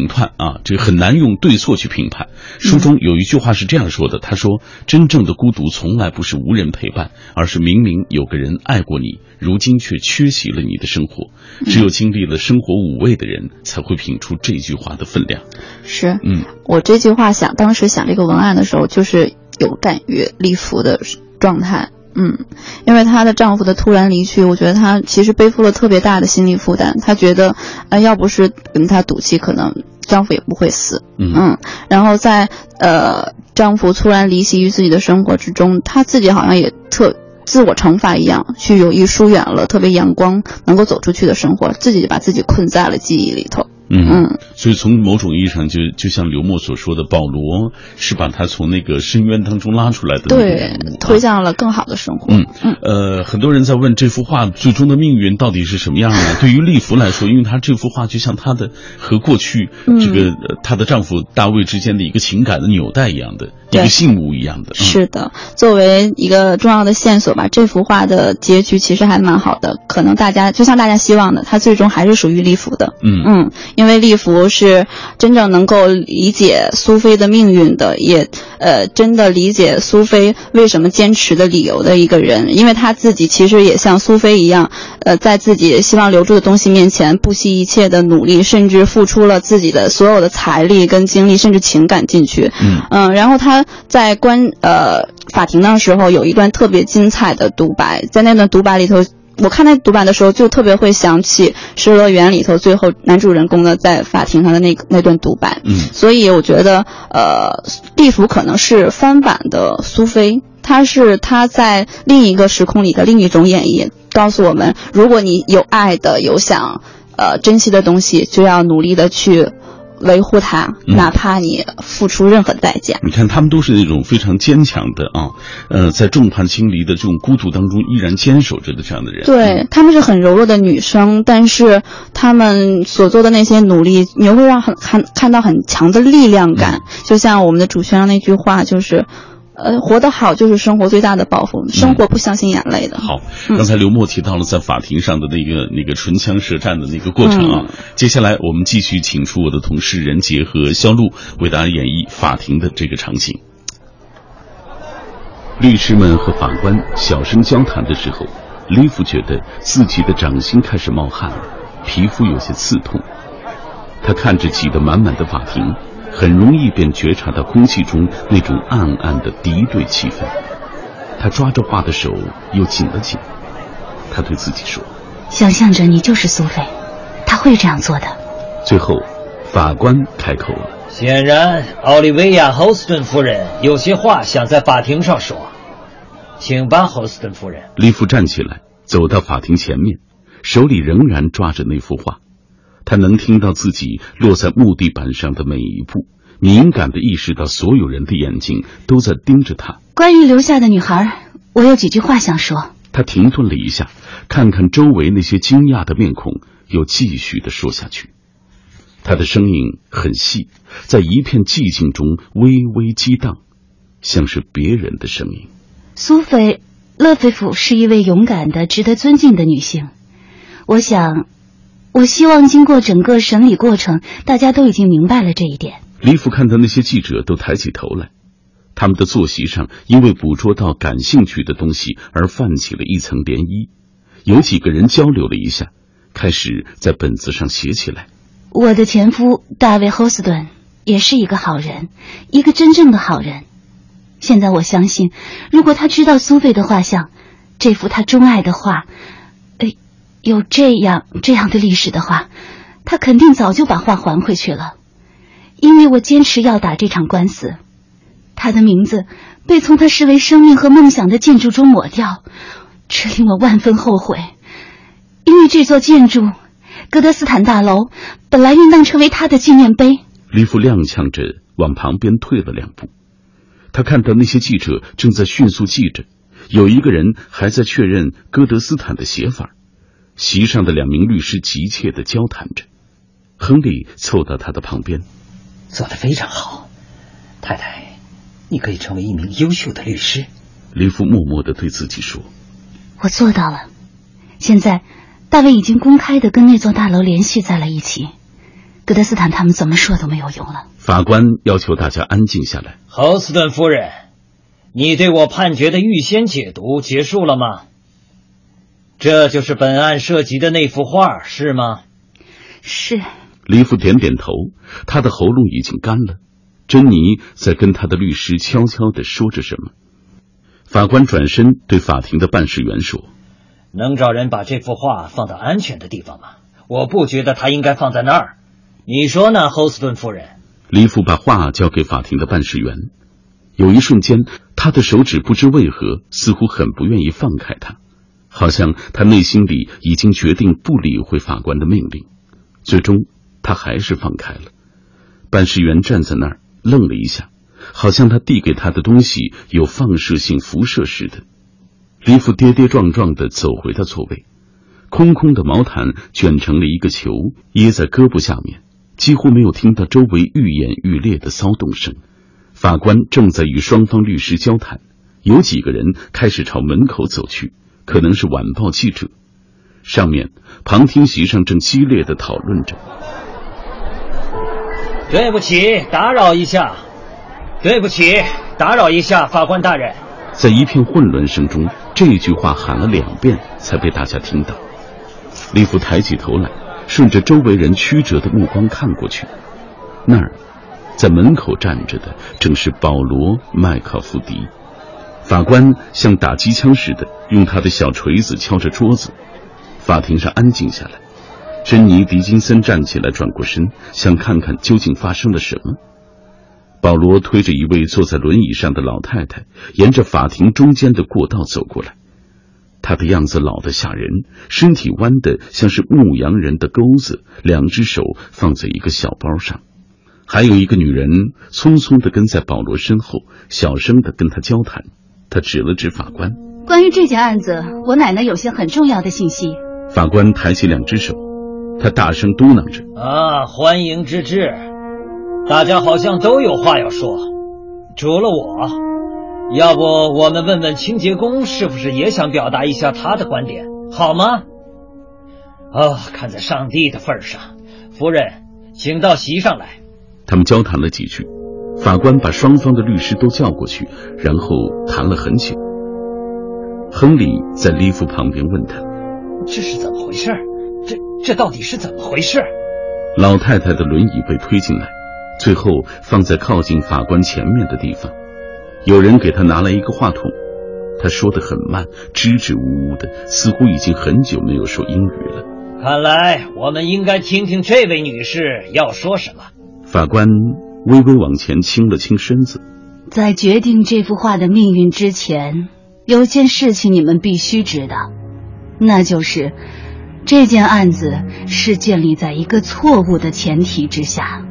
啊，这个很难用对错去评判。书中有一句话是这样说的，他说：“真正的孤独从来不是无人陪伴，而是明明有个人爱过你，如今却缺席了你的生活。只有经历了生活五味的人，才会品出这句话的分量。” 是， 嗯， 我这句话想当时想这个文案的时候，就是有感于丽芙的状态。嗯，因为她的丈夫的突然离去，我觉得她其实背负了特别大的心理负担。她觉得，呃，要不是跟她赌气，可能丈夫也不会死。 嗯嗯，然后在呃丈夫突然离席于自己的生活之中，她自己好像也特自我惩罚一样，去有意疏远了特别阳光能够走出去的生活，自己就把自己困在了记忆里头。 嗯嗯，所以从某种意义上就，就就像刘默所说的，保罗是把他从那个深渊当中拉出来的， 对，推向了更好的生活。 嗯嗯，呃，很多人在问这幅画最终的命运到底是什么样呢？对于丽芙来说，因为她这幅画就像她的和过去这个、呃、她的丈夫大卫之间的一个情感的纽带一样的，一个信物一样的。嗯、 是的，作为一个重要的线索吧，这幅画的结局其实还蛮好的，可能大家就像大家希望的，它最终还是属于丽芙的。 嗯嗯。因为丽芙是真正能够理解苏菲的命运的，也呃真的理解苏菲为什么坚持的理由的一个人，因为她自己其实也像苏菲一样，呃在自己希望留住的东西面前不惜一切的努力，甚至付出了自己的所有的财力跟精力甚至情感进去。 嗯嗯、呃，然后她在关呃法庭的时候有一段特别精彩的独白，在那段独白里头，我看那独白的时候就特别会想起《失乐园》里头最后男主人公的在法庭上的那那段独白。 嗯， 所以我觉得呃丽芙可能是翻版的苏菲，她是她在另一个时空里的另一种演绎，告诉我们如果你有爱的有想呃珍惜的东西，就要努力的去维护它，哪怕你付出任何代价。 你看他们都是那种非常坚强的啊，呃，在众叛亲离的这种孤独当中依然坚守着的这样的人。 对，他们是很柔弱的女生，但是他们所做的那些努力，你会让很看看到很强的力量感。嗯、就像我们的主宣上那句话，就是呃，活得好就是生活最大的抱负，生活不相信眼泪的。 嗯、好，刚才刘默提到了在法庭上的那个那个唇枪舌战的那个过程啊，嗯、接下来我们继续请出我的同事任杰和肖路为大家演绎法庭的这个场景。律师们和法官小声交谈的时候，丽芙觉得自己的掌心开始冒汗了，皮肤有些刺痛。她看着挤得满满的法庭，很容易便觉察到空气中那种暗暗的敌对气氛。他抓着画的手又紧了紧，他对自己说：“ 想象着你就是苏菲，他会这样做的。” 最后，法官开口了：“ 显然，奥利维亚·侯斯顿夫人有些话想在法庭上说，请吧，侯斯顿夫人。” 丽芙站起来，走到法庭前面，手里仍然抓着那幅画。他能听到自己落在木地板上的每一步，敏感地意识到所有人的眼睛都在盯着他。 关于留下的女孩，我有几句话想说。 他停顿了一下，看看周围那些惊讶的面孔，又继续地说下去。他的声音很细，在一片寂静中微微激荡，像是别人的声音。 苏菲·勒菲夫是一位勇敢的、值得尊敬的女性。我想我希望经过整个审理过程，大家都已经明白了这一点。 丽芙看到那些记者都抬起头来，他们的坐席上因为捕捉到感兴趣的东西而泛起了一层涟漪。有几个人交流了一下，开始在本子上写起来。 我的前夫大卫·侯斯顿也是一个好人，一个真正的好人。现在我相信，如果他知道苏菲的画像，这幅他钟爱的画呃有这样这样的历史的话，他肯定早就把画还回去了。因为我坚持要打这场官司，他的名字被从他视为生命和梦想的建筑中抹掉，这令我万分后悔。因为这座建筑哥德斯坦大楼本来应当成为他的纪念碑。 丽芙踉跄着往旁边退了两步，他看到那些记者正在迅速记着，有一个人还在确认哥德斯坦的写法。席上的两名律师急切地交谈着，亨利凑到他的旁边：“ 做得非常好，太太，你可以成为一名优秀的律师。” 丽芙默默地对自己说：“ 我做到了。现在大卫已经公开地跟那座大楼联系在了一起， 格德斯坦他们怎么说都没有用了。 法官要求大家安静下来。 侯斯顿夫人，你对我判决的预先解读结束了吗？这就是本案涉及的那幅画，是吗？ 是。 黎夫点点头，他的喉咙已经干了。珍妮在跟他的律师悄悄地说着什么。法官转身对法庭的办事员说： 能找人把这幅画放到安全的地方吗？我不觉得他应该放在那儿，你说呢，侯斯顿夫人？ 黎夫把画交给法庭的办事员，有一瞬间，他的手指不知为何似乎很不愿意放开它，好像他内心里已经决定不理会法官的命令。最终他还是放开了。办事员站在那儿愣了一下，好像他递给他的东西有放射性辐射似的。黎夫跌跌撞撞地走回他座位，空空的毛毯卷成了一个球，掖在胳膊下面，几乎没有听到周围愈演愈烈的骚动声。法官正在与双方律师交谈，有几个人开始朝门口走去，可能是晚报记者。上面旁听席上正激烈地讨论着。 对不起，打扰一下。对不起，打扰一下，法官大人。 在一片混乱声中，这句话喊了两遍才被大家听到。利弗抬起头来，顺着周围人曲折的目光看过去，那儿在门口站着的正是保罗·麦考福迪。法官像打机枪似的用他的小锤子敲着桌子。法庭上安静下来。珍妮·狄金森站起来，转过身，想看看究竟发生了什么。保罗推着一位坐在轮椅上的老太太，沿着法庭中间的过道走过来。她的样子老得吓人，身体弯得像是牧羊人的钩子，两只手放在一个小包上。还有一个女人匆匆地跟在保罗身后，小声地跟他交谈。他指了指法官： 关于这件案子，我奶奶有些很重要的信息。 法官抬起两只手，他大声嘟囔着： 啊，欢迎之至。大家好像都有话要说，除了我。要不我们问问清洁工是不是也想表达一下他的观点，好吗？哦，看在上帝的份上，夫人，请到席上来。 他们交谈了几句，法官把双方的律师都叫过去，然后谈了很久。亨利在利夫旁边问他： 这是怎么回事？这这到底是怎么回事？ 老太太的轮椅被推进来，最后放在靠近法官前面的地方。有人给他拿来一个话筒，他说得很慢，支支吾吾的，似乎已经很久没有说英语了。 看来我们应该听听这位女士要说什么。 法官微微往前倾了倾身子。 在决定这幅画的命运之前，有件事情你们必须知道，那就是这件案子是建立在一个错误的前提之下。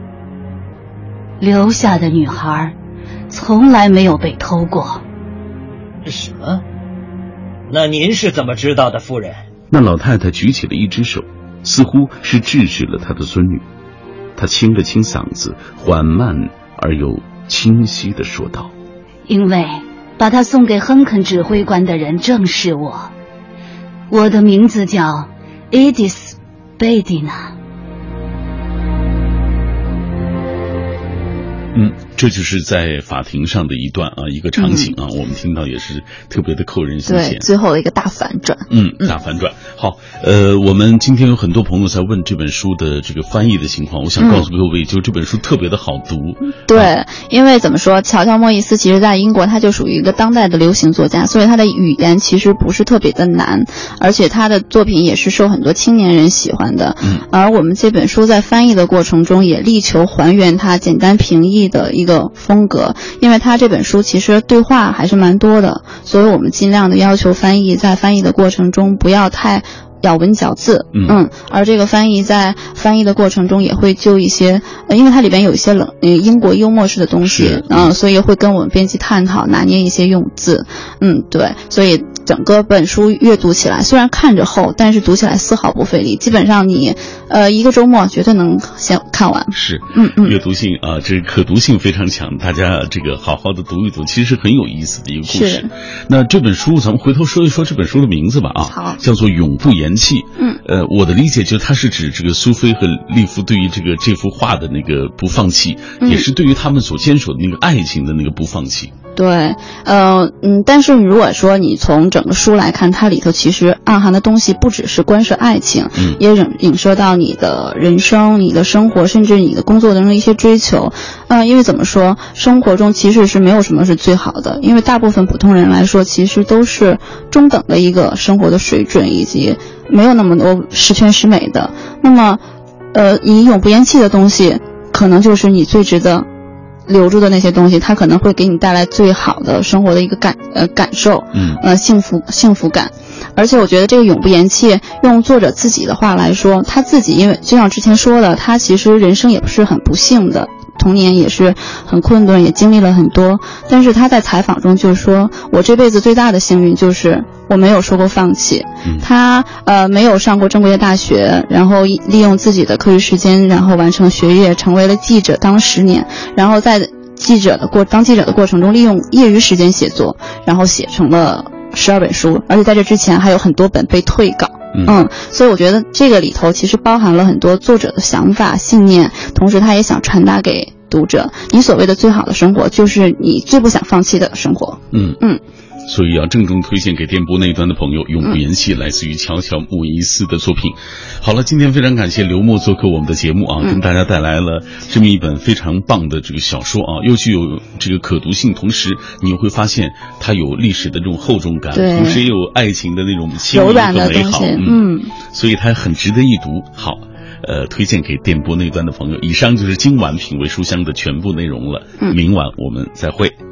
留下的女孩从来没有被偷过。 什么？那您是怎么知道的，夫人？ 那老太太举起了一只手，似乎是制止了她的孙女。她清了清嗓子，缓慢而又清晰地说道： 因为把她送给亨肯指挥官的人正是我，我的名字叫 Edith Bedina。 嗯，这就是在法庭上的一段啊，一个场景啊，嗯、我们听到也是特别的扣人心弦。 对，最后的一个大反转。 嗯，大反转。好，呃，我们今天有很多朋友在问这本书的这个翻译的情况，我想告诉各位，嗯、就这本书特别的好读。 对， 啊、 因为怎么说，乔乔莫伊斯其实在英国他就属于一个当代的流行作家，所以他的语言其实不是特别的难，而且他的作品也是受很多青年人喜欢的。 嗯， 而我们这本书在翻译的过程中也力求还原它简单平易的一个风格，因为他这本书其实对话还是蛮多的，所以我们尽量的要求翻译在翻译的过程中不要太咬文嚼字。 嗯, 嗯而这个翻译在翻译的过程中也会就一些呃因为它里边有一些冷呃英国幽默式的东西，嗯、呃，所以会跟我们编辑探讨拿捏一些用字。嗯，对，所以整个本书阅读起来，虽然看着厚，但是读起来丝毫不费力，基本上你呃一个周末绝对能先看完。 是， 嗯嗯， 阅读性啊，这可读性非常强，大家这个好好的读一读，其实很有意思的一个故事。那这本书咱们回头说一说这本书的名字吧啊， 好， 叫做《永不言弃》。 嗯， 呃，我的理解就是它是指这个苏菲和利夫对于这个这幅画的那个不放弃， 嗯、 也是对于他们所坚守的那个爱情的那个不放弃。 对，呃，嗯，但是如果说你从整个书来看，它里头其实暗含的东西不只是关涉爱情， 嗯， 也影影射到你的人生、你的生活，甚至你的工作当中的一些追求。呃，因为怎么说，生活中其实是没有什么是最好的，因为大部分普通人来说，其实都是中等的一个生活的水准，以及没有那么多十全十美的。那么，呃，你永不言弃的东西，可能就是你最值得留住的那些东西，它可能会给你带来最好的生活的一个感呃感受， 嗯， 呃幸福幸福感。而且我觉得这个永不言弃，用作者自己的话来说，他自己因为就像之前说的，他其实人生也不是很不幸的，童年也是很困顿，也经历了很多。但是他在采访中就说，我这辈子最大的幸运就是我没有说过放弃。 嗯、 他呃没有上过正规的大学，然后利用自己的课余时间，然后完成学业，成为了记者，当了十年，然后在记者的过当记者的过程中，利用业余时间写作，然后写成了十二本书，而且在这之前还有很多本被退稿。 嗯, 嗯，所以我觉得这个里头其实包含了很多作者的想法、信念，同时他也想传达给读者，你所谓的最好的生活，就是你最不想放弃的生活。 嗯嗯。 所以要郑重推荐给电波那一端的朋友，永不言弃，来自于乔乔穆伊斯的作品。好了，今天非常感谢刘默做客我们的节目啊， 嗯、 跟大家带来了这么一本非常棒的这个小说啊，又具有这个可读性，同时你会发现它有历史的这种厚重感，同时也有爱情的那种柔软的美好， 嗯， 嗯所以它很值得一读。好。呃，推荐给电波那端的朋友。以上就是今晚品味书香的全部内容了。 嗯， 明晚我们再会。